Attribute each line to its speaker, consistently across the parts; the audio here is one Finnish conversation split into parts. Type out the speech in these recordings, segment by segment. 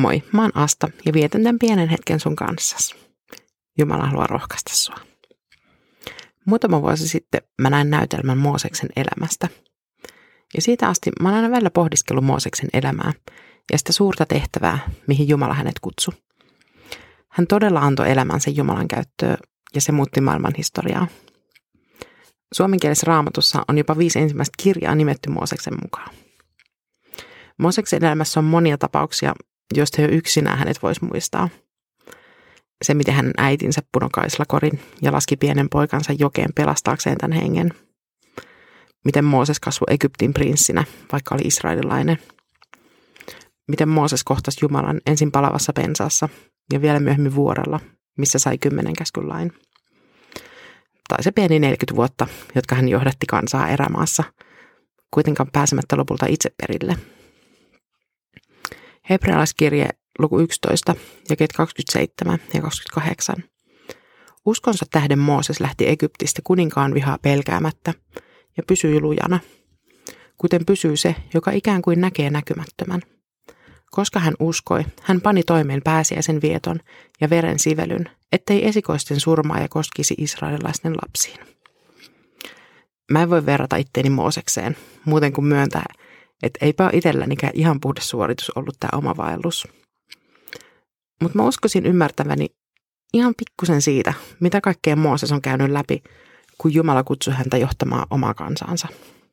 Speaker 1: Moi, mä oon Asta ja vietän tämän pienen hetken sun kanssasi. Jumala haluaa rohkaista sua. Muutama vuosi sitten mä näin näytelmän Mooseksen elämästä. Ja siitä asti mä oon aina välillä pohdiskellut Mooseksen elämää ja sitä suurta tehtävää, mihin Jumala hänet kutsui. Hän todella antoi elämänsä Jumalan käyttöön ja se muutti maailman historiaa. Suomenkielisessä Raamatussa on jopa 5 ensimmäistä kirjaa nimetty Mooseksen mukaan. Mooseksen elämässä on monia tapauksia, joista jo yksinään hänet voisi muistaa. Se, miten hänen äitinsä punokaisi lakorin ja laski pienen poikansa jokeen pelastaakseen tämän hengen. Miten Mooses kasvoi Egyptin prinssinä, vaikka oli israelilainen. Miten Mooses kohtasi Jumalan ensin palavassa pensaassa ja vielä myöhemmin vuorella, missä sai 10 käskyn lain. Tai se pieni 40 vuotta, jotka hän johdatti kansaa erämaassa, kuitenkaan pääsemättä lopulta itse perille. Hebrealaiskirje luku 11, jakeet 27 ja 28. Uskonsa tähden Mooses lähti Egyptistä kuninkaan vihaa pelkäämättä ja pysyi lujana, kuten pysyy se, joka ikään kuin näkee näkymättömän. Koska hän uskoi, hän pani toimeen pääsiäisen vieton ja veren sivelyn, ettei esikoisten surmaaja koskisi israelilaisten lapsiin. Mä en voi verrata itteeni Moosekseen, muuten kuin myöntää, että eipä ole itsellänikään ihan puhdas suoritus ollut tämä oma vaellus. Mutta mä uskoisin ymmärtäväni ihan pikkusen siitä, mitä kaikkea Mooses on käynyt läpi, kun Jumala kutsui häntä johtamaan omaa kansaansa.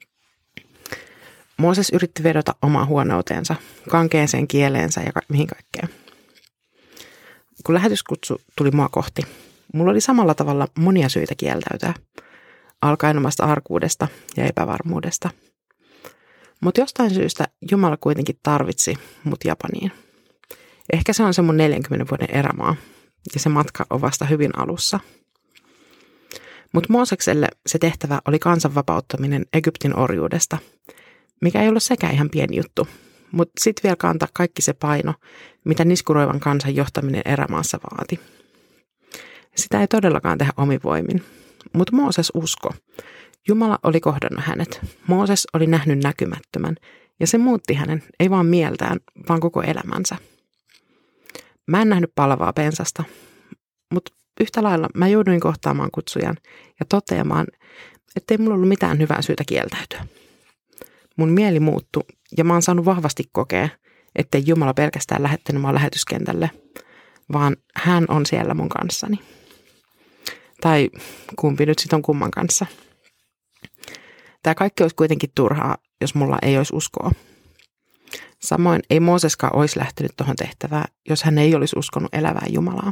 Speaker 1: Mooses yritti vedota omaa huonouteensa, kankeeseen kieleensä ja mihin kaikkeen. Kun lähetyskutsu tuli mua kohti, mulla oli samalla tavalla monia syitä kieltäytyä, alkaen omasta arkuudesta ja epävarmuudesta. Mutta jostain syystä Jumala kuitenkin tarvitsi mut Japaniin. Ehkä se on se mun 40 vuoden erämaa ja se matka on vasta hyvin alussa. Mutta Moosekselle se tehtävä oli kansan vapauttaminen Egyptin orjuudesta, mikä ei ollut sekään ihan pieni juttu, mutta sitten vielä kantaa kaikki se paino, mitä niskuroivan kansan johtaminen erämaassa vaati. Sitä ei todellakaan tehdä omin voimin, mutta Mooses usko. Jumala oli kohdannut hänet. Mooses oli nähnyt näkymättömän ja se muutti hänen, ei vaan mieltään, vaan koko elämänsä. Mä en nähnyt palavaa pensasta, mutta yhtä lailla mä jouduin kohtaamaan kutsujan ja toteamaan, ettei mulla ollut mitään hyvää syytä kieltäytyä. Mun mieli muuttui ja mä oon saanut vahvasti kokea, ettei Jumala pelkästään lähettänyt mua lähetyskentälle, vaan hän on siellä mun kanssani. Tai kumpi nyt sit on kumman kanssa. Tämä kaikki olisi kuitenkin turhaa, jos mulla ei olisi uskoa. Samoin ei Mooseskaan olisi lähtenyt tuohon tehtävään, jos hän ei olisi uskonut elävää Jumalaa.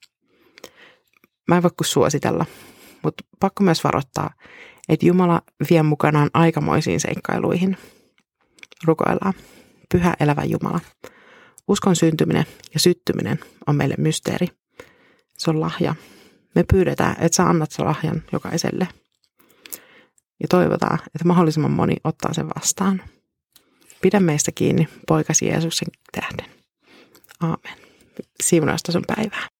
Speaker 1: Mä en voi kuin suositella, mutta pakko myös varoittaa, että Jumala vie mukanaan aikamoisiin seikkailuihin. Rukoillaan. Pyhä elävä Jumala. Uskon syntyminen ja syttyminen on meille mysteeri. Se on lahja. Me pyydetään, että sä annat sen lahjan jokaiselle. Ja toivotaan, että mahdollisimman moni ottaa sen vastaan. Pidä meistä kiinni, poikasi Jeesuksen tähden. Aamen. Siunausta sun päivää.